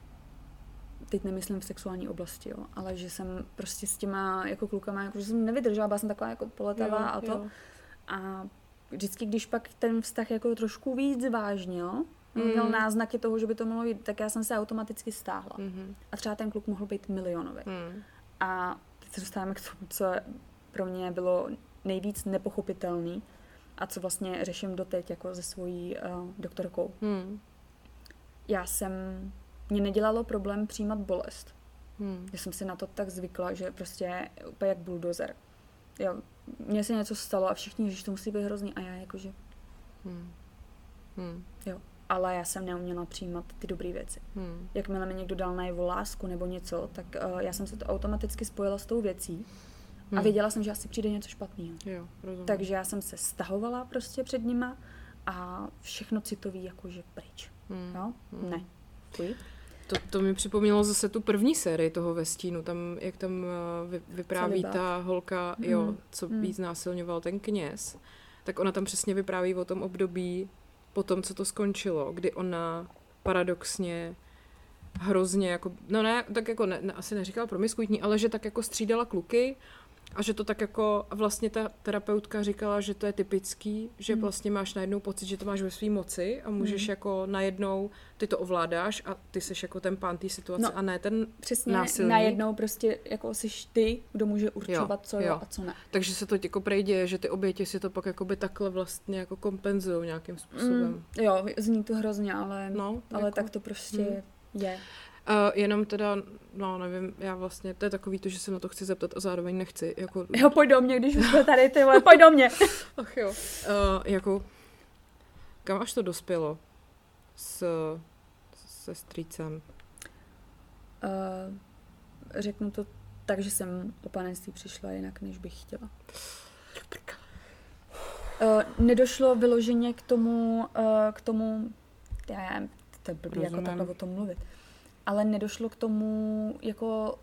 teď nemyslím v sexuální oblasti, jo, ale že jsem prostě s těma jako klukama, jako, že jsem nevydržela, byla jsem taková jako poletavá jo, a to. Jo. A vždycky, když pak ten vztah jako trošku víc zvážnil, mm. měl náznaky toho, že by to mohlo být, tak já jsem se automaticky stáhla. Mm-hmm. A třeba ten kluk mohl být milionový. Mm. A teď se dostáváme k tomu, co pro mě bylo nejvíc nepochopitelný a co vlastně řeším doteď jako se svojí uh, doktorkou. Mm. Já jsem, mě nedělalo problém přijímat bolest. Mm. Já jsem si na to tak zvykla, že prostě úplně jak buldozer. Jo, mně se něco stalo a všichni, že to musí být hrozný a já jakože hmm. Hmm. jo, ale já jsem neuměla přijímat ty dobré věci. Hmm. Jakmile mi někdo dal najevo lásku nebo něco, tak uh, já jsem se to automaticky spojila s tou věcí hmm. a věděla jsem, že asi přijde něco špatného. Jo, rozumím. Takže já jsem se stahovala prostě před nima a všechno citový jakože pryč. Hmm. Jo? Hmm. Ne. Fuj. To, to mi připomnělo zase tu první sérii toho Ve stínu, tam, jak tam vy, vypráví Celibát. Ta holka, mm. jo, co mm. víc násilňoval ten kněz, tak ona tam přesně vypráví o tom období, po tom, co to skončilo, kdy ona paradoxně hrozně, jako, no ne, tak jako ne, ne, asi neříkala promiskuitní, ale že tak jako střídala kluky a že to tak jako, vlastně ta terapeutka říkala, že to je typický, že mm. vlastně máš najednou pocit, že to máš ve své moci a můžeš mm. jako najednou, ty to ovládáš a ty seš jako ten pán té situace no, a ne ten přesně násilník. Najednou prostě jako seš ty, kdo může určovat, jo, co jo, jo a co ne. Takže se to jako prej děje, že ty oběti si to pak jakoby takhle vlastně jako kompenzují nějakým způsobem. Mm, jo, zní to hrozně, ale, no, ale jako, tak to prostě mm. je. Uh, jenom teda, no nevím, já vlastně, to je takový to, že se na to chci zeptat a zároveň nechci. Jako... Jo, pojď do mě, když už jsme tady, ty vole, pojď do mě. Ach jo. Uh, jako, kam až to dospělo s, se strýcem? Uh, řeknu to tak, že jsem o panenství přišla jinak, než bych chtěla. Uh, nedošlo vyloženě k tomu, uh, k tomu, já to je blbý jako takhle o tom mluvit, ale nedošlo k tomu jako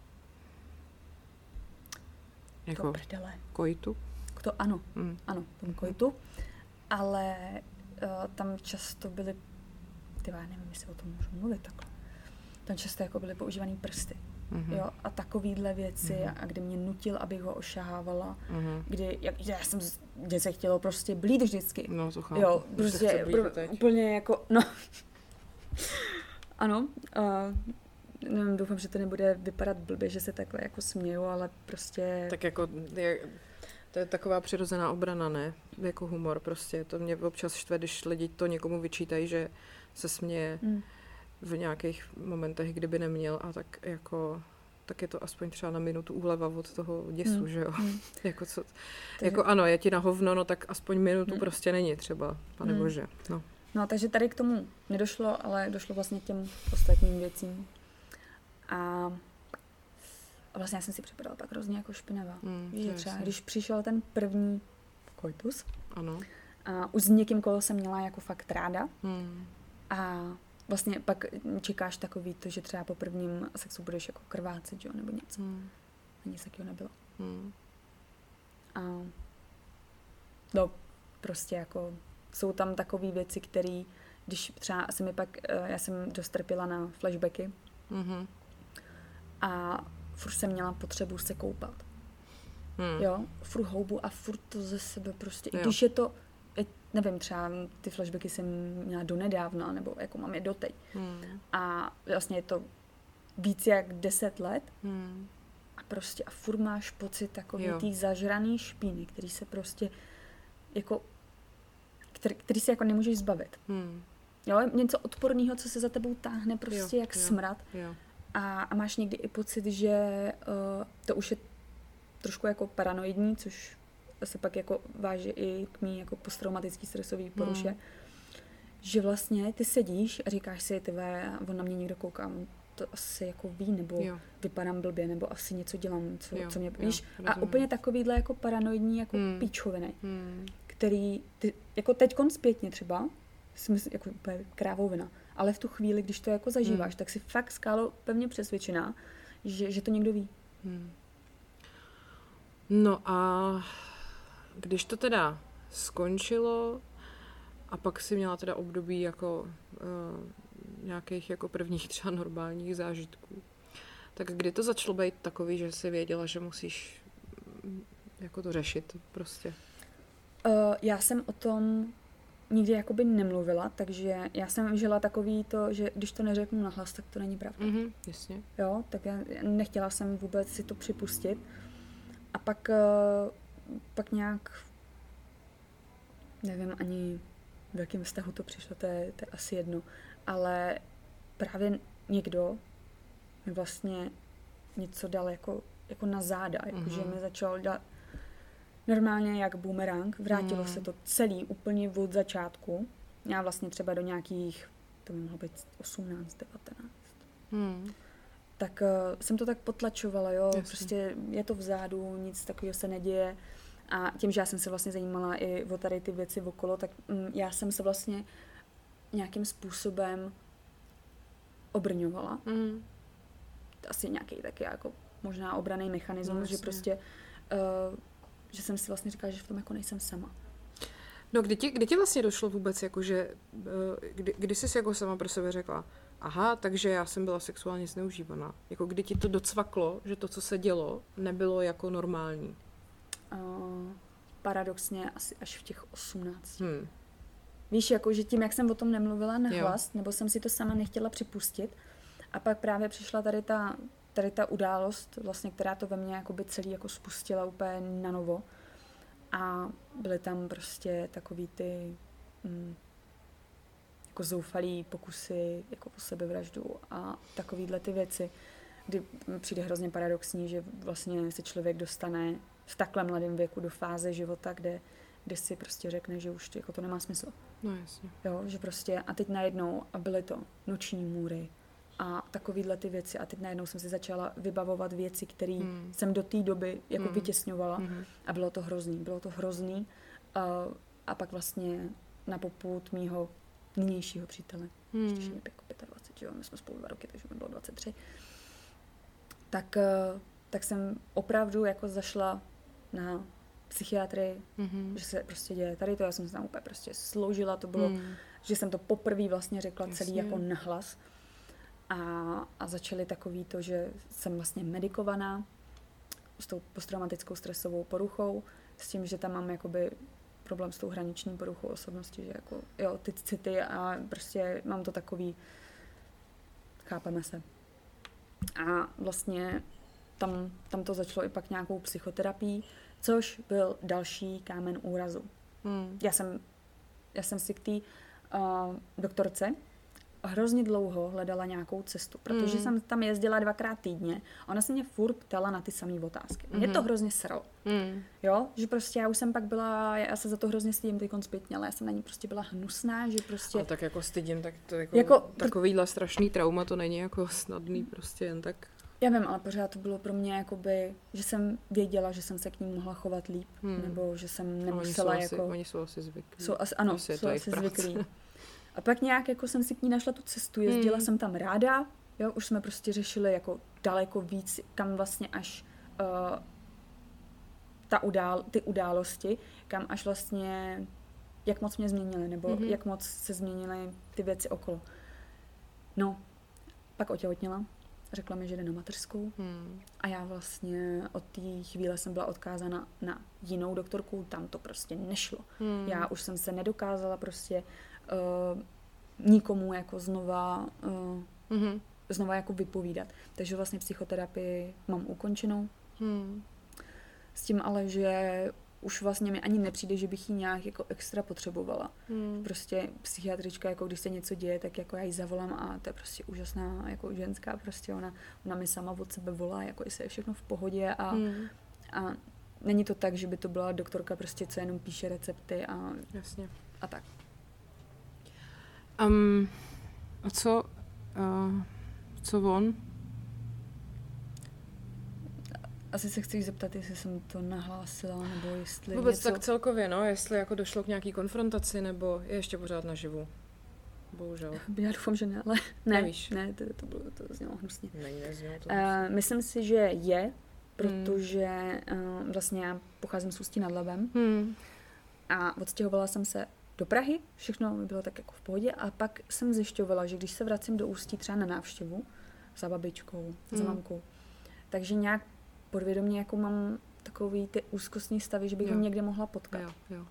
jako prdele. Kojitu? K to ano, mm. ano, tomu kojitu, ale uh, tam často byly, tyva, já nevím, jestli o tom můžu mluvit takhle, tam často jako byly používaný prsty. Mm-hmm. Jo, a takovýhle věci, mm-hmm. a kdy mě nutil, abych ho ošahávala, mm-hmm. kdy, jak, já jsem kde se chtělo prostě blít vždycky. No, to chápu. Jo, prostě pro, úplně jako, no. Ano, uh, nevím, doufám, že to nebude vypadat blbě, že se takhle jako směju, ale prostě... Tak jako, je, to je taková přirozená obrana, ne? Jako humor prostě, to mě občas štve, když lidi to někomu vyčítají, že se směje mm. v nějakých momentech, kdyby neměl a tak jako... tak je to aspoň třeba na minutu úleva od toho děsu, mm. že jo? Mm. jako, co, takže... jako ano, je ti na hovno, no tak aspoň minutu mm. prostě není třeba, pane mm. bože. No. no, takže tady k tomu nedošlo, ale došlo vlastně k těm ostatním věcím. A, a vlastně já jsem si připadala pak hrozně jako špinavá. Mm, že třeba, když přišel ten první koitus, ano. a už s někým, koho jsem měla jako fakt ráda, mm. a vlastně pak čekáš takový to, že třeba po prvním sexu budeš jako krvácet, jo, nebo něco. Hmm. A nic takového nebylo. Hmm. A no, prostě jako jsou tam takové věci, které, když třeba se mi pak, já jsem dost trpěla na flashbacky hmm. a furt jsem měla potřebu se koupat. Hmm. Jo, furt houbu a furt to ze sebe prostě, jo. i když je to, nevím, třeba ty flashbacky jsem měla donedávna, nebo jako mám je doteď. Hmm. A vlastně je to víc jak deset let hmm. a prostě a furt máš pocit takový tý zažraný špíny, který se prostě jako, který, který se jako nemůžeš zbavit. Hmm. Jo, něco odporného, co se za tebou táhne prostě jo, jak jo, smrad. Jo. A, a máš někdy i pocit, že uh, to už je trošku jako paranoidní, což se pak jako váže i k mý jako posttraumatický stresový poruše. Hmm. Že vlastně ty sedíš a říkáš si, tyve, on na mě někdo kouká, to asi jako ví, nebo jo. vypadám blbě, nebo asi něco dělám, co, co mě víš. A úplně takovýhle jako paranoidní jako hmm. píčoviny, hmm. který ty, jako teďkon zpětně třeba, jsem jako úplně krávovina, ale v tu chvíli, když to jako zažíváš, hmm. tak si fakt skálo pevně přesvědčená, že, že to někdo ví. Hmm. No a když to teda skončilo a pak si měla teda období jako uh, nějakých jako prvních třeba normálních zážitků, tak kdy to začalo být takový, že jsi věděla, že musíš jako to řešit prostě? Uh, já jsem o tom nikdy jakoby nemluvila, takže já jsem žila takový to, že když to neřeknu nahlas, tak to není pravda. Mm-hmm, jasně. Jo, tak já nechtěla jsem vůbec si to připustit. A pak, uh, pak nějak, nevím ani v jakém vztahu to přišlo, to je, to je asi jedno, ale právě někdo mi vlastně něco dal jako, jako na záda, jako mm-hmm. že mi začal dělat normálně jak boomerang, vrátilo mm. se to celý úplně od začátku. Já vlastně třeba do nějakých, to by mohlo být osmnáct, devatenáct. Mm. Tak uh, jsem to tak potlačovala, jo, Jasně. prostě je to vzadu, nic takového se neděje. A tím, že já jsem se vlastně zajímala i o tady ty věci okolo, tak mm, já jsem se vlastně nějakým způsobem obrňovala. Mm. Asi nějaký taky jako možná obranný mechanismus, no, že prostě uh, že jsem si vlastně říkala, že v tom jako nejsem sama. No, kdy ti, kdy ti vlastně došlo vůbec, jako že, kdy, kdy jsi jako sama pro sebe řekla, aha, takže já jsem byla sexuálně zneužívaná. Jako kdy ti to docvaklo, že to, co se dělo, nebylo jako normální? Uh, paradoxně asi až v těch osmnácti. Hmm. Víš, jako, že tím, jak jsem o tom nemluvila nahlas, jo. nebo jsem si to sama nechtěla připustit, a pak právě přišla tady ta tady ta událost, vlastně, která to ve mně jakoby celý jako spustila úplně na novo. A byly tam prostě takový ty mm, jako zoufalý pokusy jako o sebevraždu a takovýhle ty věci, kdy přijde hrozně paradoxní, že vlastně se člověk dostane v takhle mladém věku do fáze života, kde, kde si prostě řekne, že už to, jako to nemá smysl. No jasně. Jo, že prostě a teď najednou a byly to noční můry, a takovýhle ty věci. A teď najednou jsem si začala vybavovat věci, které hmm. jsem do té doby jako hmm. vytěsňovala. Hmm. A bylo to hrozný. Bylo to hrozný. A, a pak vlastně na popud mýho nynějšího přítele. Hmm. Ještě mi jako dvacet pět, jo? My jsme spolu dva roky, takže mi bylo dvacet tři. Tak, tak jsem opravdu jako zašla na psychiatrii, hmm. že se prostě děje tady to. Já jsem se tam úplně prostě sloužila. To bylo, hmm. že jsem to poprvé vlastně řekla Jasně. celý jako nahlas. A, a začaly takový to, že jsem vlastně medikovaná s tou posttraumatickou stresovou poruchou, s tím, že tam mám jakoby problém s tou hraniční poruchou osobnosti, že jako, jo, ty city a prostě mám to takový, chápeme se. A vlastně tam, tam to začalo i pak nějakou psychoterapii, což byl další kámen úrazu. Hmm. Já jsem, já jsem si k té uh, doktorce hrozně dlouho hledala nějakou cestu, protože mm. jsem tam jezdila dvakrát týdně a ona se mě furt ptala na ty samé otázky. Mě mm. to hrozně sralo. Mm. Jo, že prostě já už jsem pak byla, já se za to hrozně stydím teď zpětně, ale já jsem na ní prostě byla hnusná, že prostě... Ale tak jako stydím, tak to jako, jako takovýhle strašný trauma, to není jako snadný prostě jen tak... Já vím, ale pořád to bylo pro mě jakoby, že jsem věděla, že jsem se k ní mohla chovat líp, mm. nebo že jsem nemusela oni jako... Asi, oni jsou asi zvyklí. Jsou asi, ano, jsou asi zvyklí. A pak nějak jako jsem si k ní našla tu cestu, jezdila hmm. jsem tam ráda, jo, už jsme prostě řešili jako daleko víc, kam vlastně až uh, ta udál, ty události, kam až vlastně, jak moc mě změnily, nebo hmm. jak moc se změnily ty věci okolo. No, pak otěhotněla, řekla mi, že jde na mateřskou hmm. a já vlastně od té chvíle jsem byla odkázána na jinou doktorku, tam to prostě nešlo. Hmm. Já už jsem se nedokázala prostě Uh, nikomu jako znova uh, mm-hmm. znova jako vypovídat. Takže vlastně psychoterapii mám ukončenou, Hmm. S tím ale, že už vlastně mi ani nepřijde, že bych ji nějak jako extra potřebovala. Hmm. Prostě psychiatrička, jako když se něco děje, tak jako já ji zavolám a to je prostě úžasná jako ženská, prostě ona, ona mi sama od sebe volá, jako jestli je všechno v pohodě a, hmm. a není to tak, že by to byla doktorka prostě, co jenom píše recepty a, Jasně. a tak. Um, a co, uh, co on? Asi se chci zeptat, jestli jsem to nahlásila, nebo jestli Vůbec něco... tak celkově, no, jestli jako došlo k nějaký konfrontaci, nebo je ještě pořád naživu. Bohužel. Já doufám, že ne, ale ne, Nevíš. ne, to, to, bylo, to znělo hnusně. Není, neznělo to Uh, myslím si, že je, protože uh, vlastně já pocházím z Ústí nad Labem hmm. a odstěhovala jsem se do Prahy, všechno mi bylo tak jako v pohodě a pak jsem zjišťovala, že když se vracím do Ústí třeba na návštěvu za babičkou, hmm. za mamkou, takže nějak podvědomě jako mám takový ty úzkostní stavy, že bych jo. ho někde mohla potkat. Jo, jo.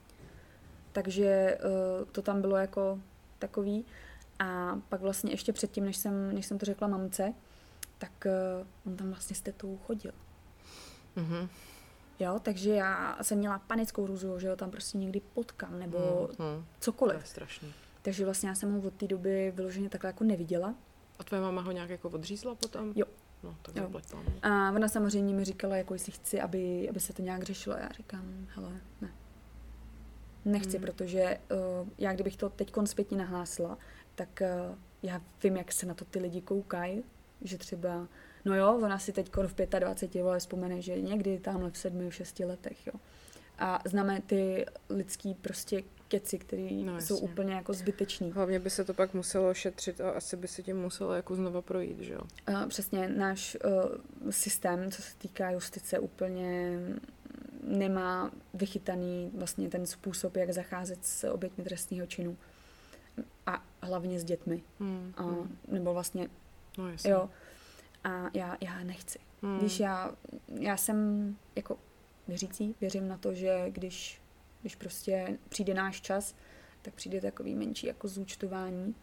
Takže uh, to tam bylo jako takový. A pak vlastně ještě předtím, než jsem, než jsem to řekla mamce, tak uh, on tam vlastně s tetou chodil. Mm-hmm. Jo, takže já jsem měla panickou hrůzu, že ho tam prostě někdy potkám, nebo mm-hmm. cokoliv. To je strašný. Takže vlastně já jsem ho od té doby vyloženě takhle jako neviděla. A tvoje máma ho nějak jako odřízla potom? Jo. No, tak jo. zapletám. A ona samozřejmě mi říkala, jako jestli chci, aby, aby se to nějak řešilo. Já říkám, hele, ne. Nechci, hmm. protože uh, já kdybych to teď zpětně nahlásila, tak uh, já vím, jak se na to ty lidi koukají, že třeba, no jo, ona si teď v dvaceti pěti vole vzpomene, že někdy tamhle v sedmi, v šesti letech, jo. A známe ty lidský prostě keci, který no, jsou úplně jako zbyteční. Hlavně by se to pak muselo šetřit a asi by se tím muselo jako znova projít, že jo? Uh, přesně, náš uh, systém, co se týká justice, úplně nemá vychytaný vlastně ten způsob, jak zacházet s oběťmi trestného činu. A hlavně s dětmi. Hmm, a, hmm. Nebo vlastně, no, jasně. jo. A já, já nechci. Hmm. Víš, já, já jsem jako věřící, věřím na to, že když, když prostě přijde náš čas, tak přijde takový menší jako zúčtování.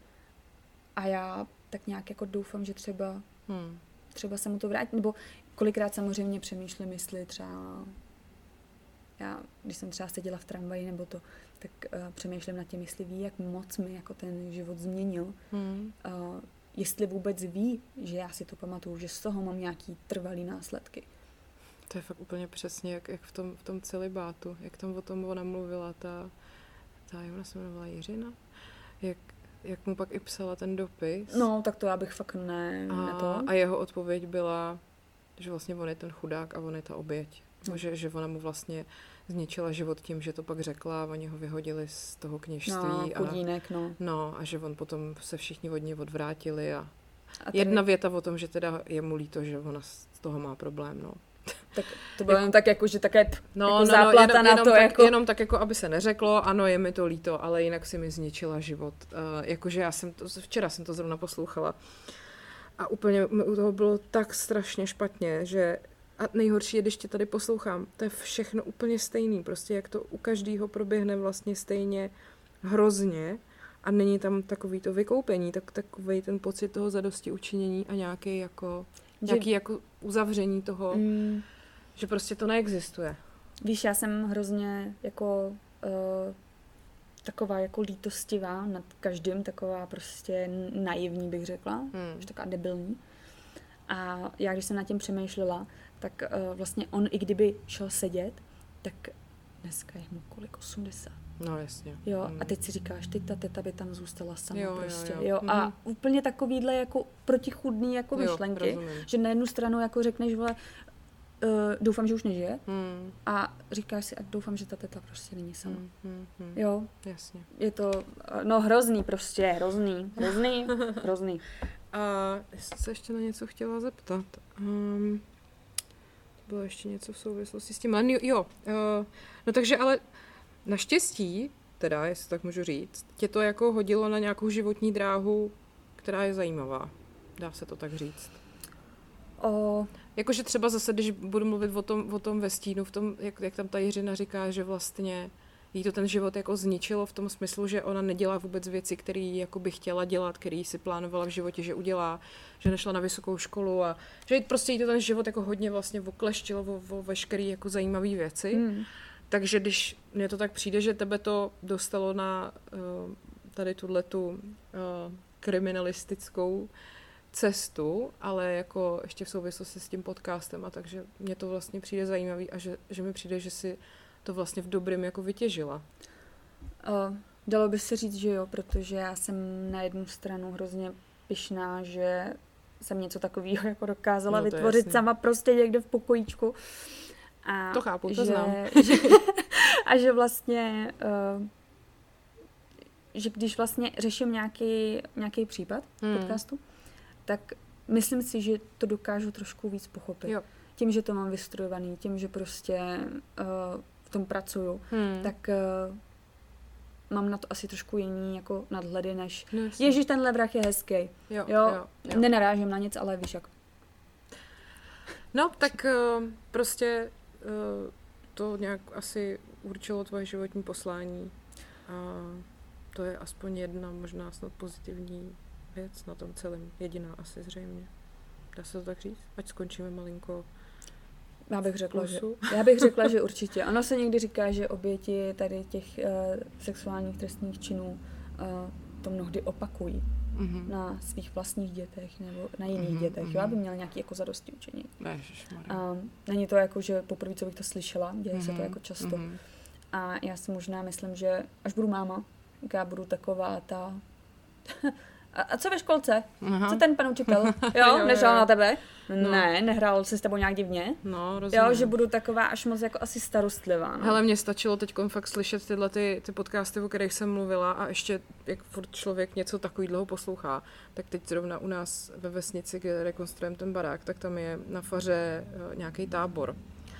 A já tak nějak jako doufám, že třeba, hmm. třeba se mu to vrátí. Nebo kolikrát samozřejmě přemýšlím, jestli třeba já, když jsem třeba seděla v tramvaji nebo to, tak uh, přemýšlím nad tím, jestli ví, jak moc mi jako ten život změnil. Hmm. Uh, jestli vůbec ví, že já si to pamatuju, že z toho mám nějaký trvalý následky. To je fakt úplně přesně, jak, jak v tom, v tom celibátu, jak tam o tom ona mluvila, ta, ta ona se jmenovala Jiřina, jak, jak mu pak i psala ten dopis. No, tak to já bych fakt ne, a, ne to. A jeho odpověď byla, že vlastně on je ten chudák a on je ta oběť. No. Že, že ona mu vlastně zničila život tím, že to pak řekla a oni ho vyhodili z toho kněžství. No, chudínek, no. No, a že on potom se všichni od něj odvrátili a, a ten... jedna věta o tom, že teda je mu líto, že ona z toho má problém, no. Tak to bylo jen tak jako, že také no, jako no, záplata no, jenom, na jenom to. Tak, jako... Jenom tak jako, aby se neřeklo, ano, je mi to líto, ale jinak si mi zničila život. Uh, jakože já jsem to, včera jsem to zrovna poslouchala a úplně mi u toho bylo tak strašně špatně, že a nejhorší je, když tě tady poslouchám, to je všechno úplně stejný, prostě jak to u každého proběhne vlastně stejně hrozně a není tam takový to vykoupení, tak takovej ten pocit toho zadosti učinění a nějaký jako, že... nějaký jako uzavření toho, mm. že prostě to neexistuje. Víš, já jsem hrozně jako uh, taková jako lítostivá nad každým, taková prostě naivní bych řekla, hmm. už taková debilní. A já, když jsem nad tím přemýšlela, tak uh, vlastně on, i kdyby šel sedět, tak dneska je mu kolik? osmdesát. No jasně. Jo, hmm. a teď si říkáš, teď ta teta by tam zůstala sama jo, prostě. Jo, jo. Jo, Hmm. a úplně takovýhle jako protichůdný jako jo, myšlenky, rozumím. že na jednu stranu jako řekneš, vole, uh, doufám, že už nežije, hmm. a říkáš si, a doufám, že ta teta prostě není sama. Hmm, hmm, hmm. Jo. Jasně. Je to, no hrozný prostě, hrozný, hrozný, hrozný. A jsem se ještě na něco chtěla zeptat. Um, bylo ještě něco v souvislosti s tím. Ale jo, uh, no takže ale naštěstí, teda, jestli tak můžu říct, tě to jako hodilo na nějakou životní dráhu, která je zajímavá. Dá se to tak říct. O... Jakože třeba zase, když budu mluvit o tom, o tom ve stínu, v tom, jak, jak tam ta Jiřina říká, že vlastně jí to ten život jako zničilo v tom smyslu, že ona nedělá vůbec věci, které jako by chtěla dělat, které si plánovala v životě, že udělá, že nešla na vysokou školu a že prostě jí to ten život jako hodně vlastně okleštilo o, o veškeré jako zajímavé věci. Hmm. Takže když mně to tak přijde, že tebe to dostalo na uh, tady tuhletu uh, kriminalistickou cestu, ale jako ještě v souvislosti s tím podcastem a takže mně to vlastně přijde zajímavý a že, že mi přijde, že si to vlastně v dobrým jako vytěžila. Uh, dalo by se říct, že jo, protože já jsem na jednu stranu hrozně pyšná, že jsem něco takového jako dokázala no, vytvořit jasný. Sama prostě někde v pokojíčku. A to chápu, to že, znám. Že, a že vlastně uh, že když vlastně řeším nějaký, nějaký případ hmm. podcastu, tak myslím si, že to dokážu trošku víc pochopit. Jo. Tím, že to mám vystudovaný, tím, že prostě uh, v tom pracuju, hmm. tak uh, mám na to asi trošku jiný jako nadhledy, než no, ježiš, tenhle vrah je hezký. Jo, jo, jo, jo. Nenarážím na nic, ale víš jak. No, tak uh, prostě uh, to nějak asi určilo tvoje životní poslání a to je aspoň jedna možná snad pozitivní věc na tom celém. Jediná asi zřejmě. Dá se to tak říct? Ať skončíme malinko. Já bych řekla, že, já bych řekla, že určitě. Ono se někdy říká, že oběti tady těch uh, sexuálních trestných činů uh, to mnohdy opakují mm-hmm. na svých vlastních dětech nebo na jiných mm-hmm. dětech. Jo, aby měl nějaký jako zadosti učení. Uh, není to jako, že poprvé, co bych to slyšela, děje mm-hmm. se to jako často. Mm-hmm. A já si možná myslím, že až budu máma, tak já budu taková ta... A, a co ve školce? Aha. Co ten pan učitel? Jo, jo nežal na tebe? No. Ne, nehrál se s tebou nějak divně? No, rozumím. Jo, že budu taková až moc jako asi starostlivá. No. Hele, mně stačilo teď fakt slyšet tyhle ty, ty podcasty, o kterých jsem mluvila a ještě, jak furt člověk něco takový dlouho poslouchá, tak teď zrovna u nás ve vesnici, kde rekonstruujeme ten barák, tak tam je na faře uh, nějaký tábor.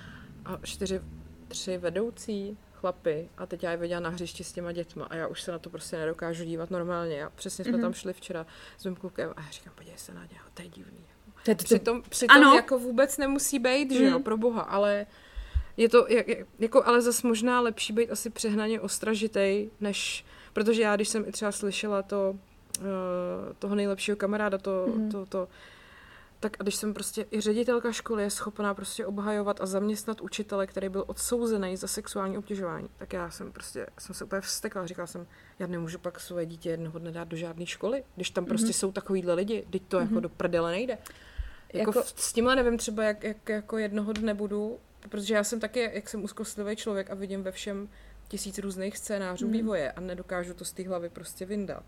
A čtyři, tři vedoucí chlapy a teď já je viděla na hřišti s těma dětma a já už se na to prostě nedokážu dívat normálně. A přesně jsme mm-hmm. tam šli včera s mým klukem a já říkám, podívej se na něho, to je divný. To je to... Přitom, přitom jako vůbec nemusí být, mm. že jo, pro boha, ale je to, jak, jako, ale zas možná lepší být asi přehnaně ostražitej, než, protože já, když jsem i třeba slyšela to, uh, toho nejlepšího kamaráda, to, mm. to, to tak a když jsem prostě, i ředitelka školy je schopná prostě obhajovat a zaměstnat učitele, který byl odsouzený za sexuální obtěžování, tak já jsem prostě, jsem se úplně vztekla, říkala jsem, já nemůžu pak své dítě jednoho dne dát do žádné školy, když tam prostě mm-hmm. jsou takovýhle lidi, teď to mm-hmm. jako do prdele nejde. Jako, jako s tímhle nevím třeba, jak, jak jako jednoho dne budu, protože já jsem taky, jak jsem úzkostlivý člověk a vidím ve všem tisíc různých scénářů mm-hmm. vývoje a nedokážu to z té hlavy prostě vyndat.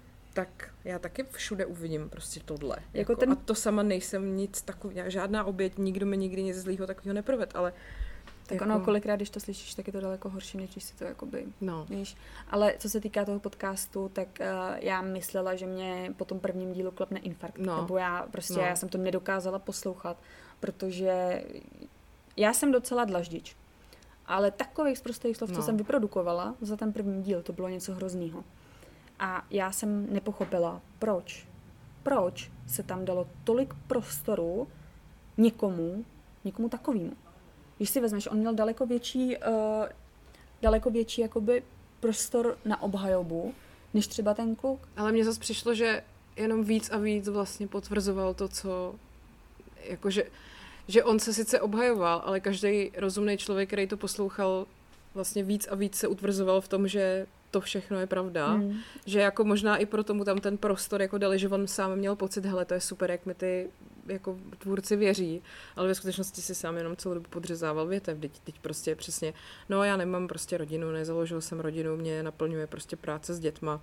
Tak já taky všude uvidím prostě tohle. Jako jako, ten... A to sama nejsem nic takového, žádná oběť, nikdo mi nikdy nic zlýho takového neproved, ale... Tak jako... ono, kolikrát, když to slyšíš, tak je to daleko horší, než když si to jakoby no. víš. Ale co se týká toho podcastu, tak uh, já myslela, že mě po tom prvním dílu klapne infarkt. No. Nebo já prostě, no. já jsem to nedokázala poslouchat, protože já jsem docela dlaždič. Ale takových z prostých slov, no. co jsem vyprodukovala za ten první díl, to bylo něco hroznýho. A já jsem nepochopila, proč. Proč se tam dalo tolik prostoru někomu, někomu takovému. Když si vezmeš, on měl daleko větší, uh, daleko větší jakoby prostor na obhajobu, než třeba ten kluk. Ale mně zase přišlo, že jenom víc a víc vlastně potvrzoval to, co, jakože, že on se sice obhajoval, ale každý rozumný člověk, který to poslouchal, vlastně víc a víc se utvrzoval v tom, že to všechno je pravda, hmm. že jako možná i proto mu tam ten prostor jako dali, že on sám měl pocit, hele, to je super, jak mi ty jako tvůrci věří, ale ve skutečnosti si sám jenom celou dobu podřezával větev, teď, teď prostě přesně, no já nemám prostě rodinu, nezaložil jsem rodinu, mě naplňuje prostě práce s dětma.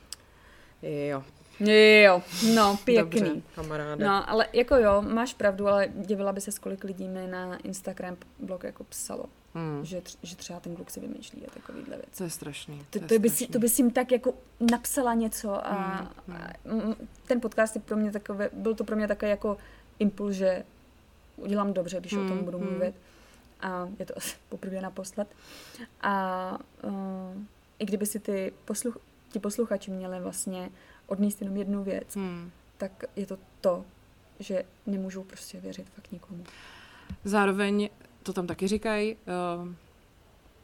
Jo. Jo, no, pěkný. Dobře, kamaráde. No, ale jako jo, máš pravdu, ale divila by se, kolik lidí mi na Instagram blog jako psalo. Hmm. Že, tř- že třeba ten kluk si vymýšlí a takovýhle věc. To je strašný. To, to, to, by si, to bys jim tak jako napsala něco a, hmm. a ten podcast je pro mě takové, byl to pro mě takový jako impuls, že udělám dobře, když hmm. o tom budu hmm. mluvit. A je to asi poprvé naposled. A uh, i kdyby si ty posluch, ti posluchači měli vlastně odníst jenom jednu věc, hmm. tak je to to, že nemůžou prostě věřit fakt nikomu. Zároveň to tam taky říkají, uh,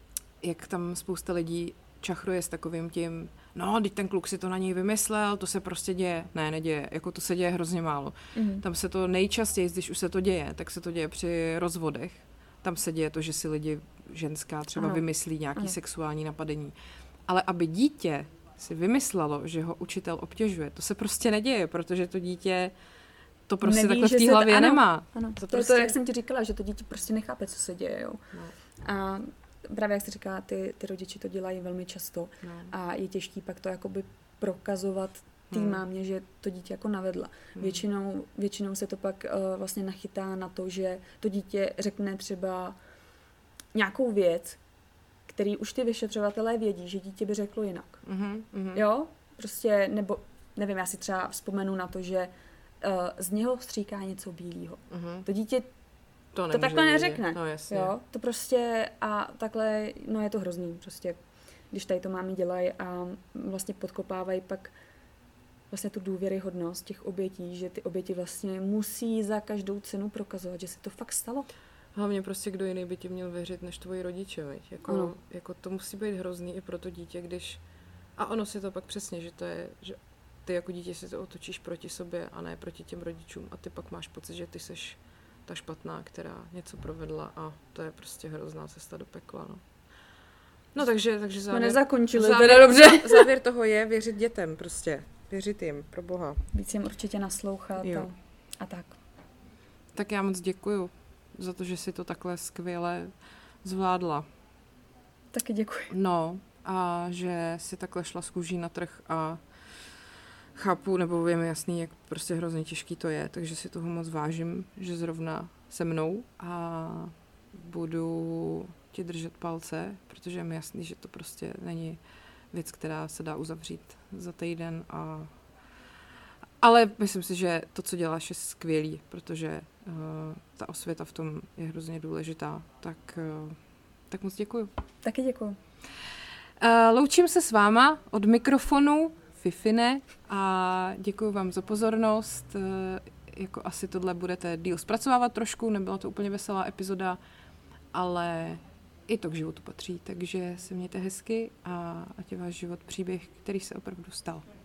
jak tam spousta lidí čachruje s takovým tím, no, teď ten kluk si to na něj vymyslel, to se prostě děje. Ne, neděje, jako to se děje hrozně málo. Mm. Tam se to nejčastěji, když už se to děje, tak se to děje při rozvodech. Tam se děje to, že si lidi, ženská třeba ano. vymyslí nějaký ano. sexuální napadení. Ale aby dítě si vymyslelo, že ho učitel obtěžuje, to se prostě neděje, protože to dítě to prostě Neví, takhle v té hlavě to, ano, nemá. Ano. To, to, prostě... to, jak jsem ti říkala, že to dítě prostě nechápe, co se děje. Jo. No. A právě jak jsi říká, ty, ty rodiči to dělají velmi často no. a je těžký pak to jakoby prokazovat té hmm. mámě, že to dítě jako navedla. Hmm. Většinou, většinou se to pak uh, vlastně nachytá na to, že to dítě řekne třeba nějakou věc, který už ty vyšetřovatelé vědí, že dítě by řeklo jinak. Mm-hmm. Jo? Prostě, nebo nevím, já si třeba vzpomenu na to, že uh, z něho stříká něco bílého. Mm-hmm. To dítě to, to takhle neřekne. No, jasně. Jo? To prostě a takhle, no je to hrozný prostě, když tady to mámy dělají a vlastně podkopávají pak vlastně tu důvěryhodnost těch obětí, že ty oběti vlastně musí za každou cenu prokazovat, že se to fakt stalo. Hlavně prostě kdo jiný by ti měl věřit než tvoji rodiče, veď? Jako, jako to musí být hrozný i pro to dítě, když... A ono si to pak přesně, že to je, že ty jako dítě si to otočíš proti sobě a ne proti těm rodičům a ty pak máš pocit, že ty seš ta špatná, která něco provedla a to je prostě hrozná cesta do pekla, no. No takže, takže závěr... Jsme nezakončili, závěr, teda dobře. Závěr toho je věřit dětem prostě. Věřit jim, pro boha. Víc jim určitě naslouchat a, a tak. Tak já moc děkuju za to, že jsi to takhle skvěle zvládla. Taky děkuji. No a že jsi takhle šla z kůží na trh a chápu, nebo je mi jasný, jak prostě hrozně těžký to je, takže si toho moc vážím, že zrovna se mnou a budu ti držet palce, protože je mi jasný, že to prostě není věc, která se dá uzavřít za týden a ale myslím si, že to, co děláš, je skvělý, protože uh, ta osvěta v tom je hrozně důležitá. Tak, uh, tak moc děkuju. Taky děkuju. Uh, loučím se s váma od mikrofonu Fifine a děkuju vám za pozornost. Uh, jako asi tohle budete díl zpracovávat trošku, nebyla to úplně veselá epizoda, ale i to k životu patří, takže se mějte hezky a ať je váš život příběh, který se opravdu stal.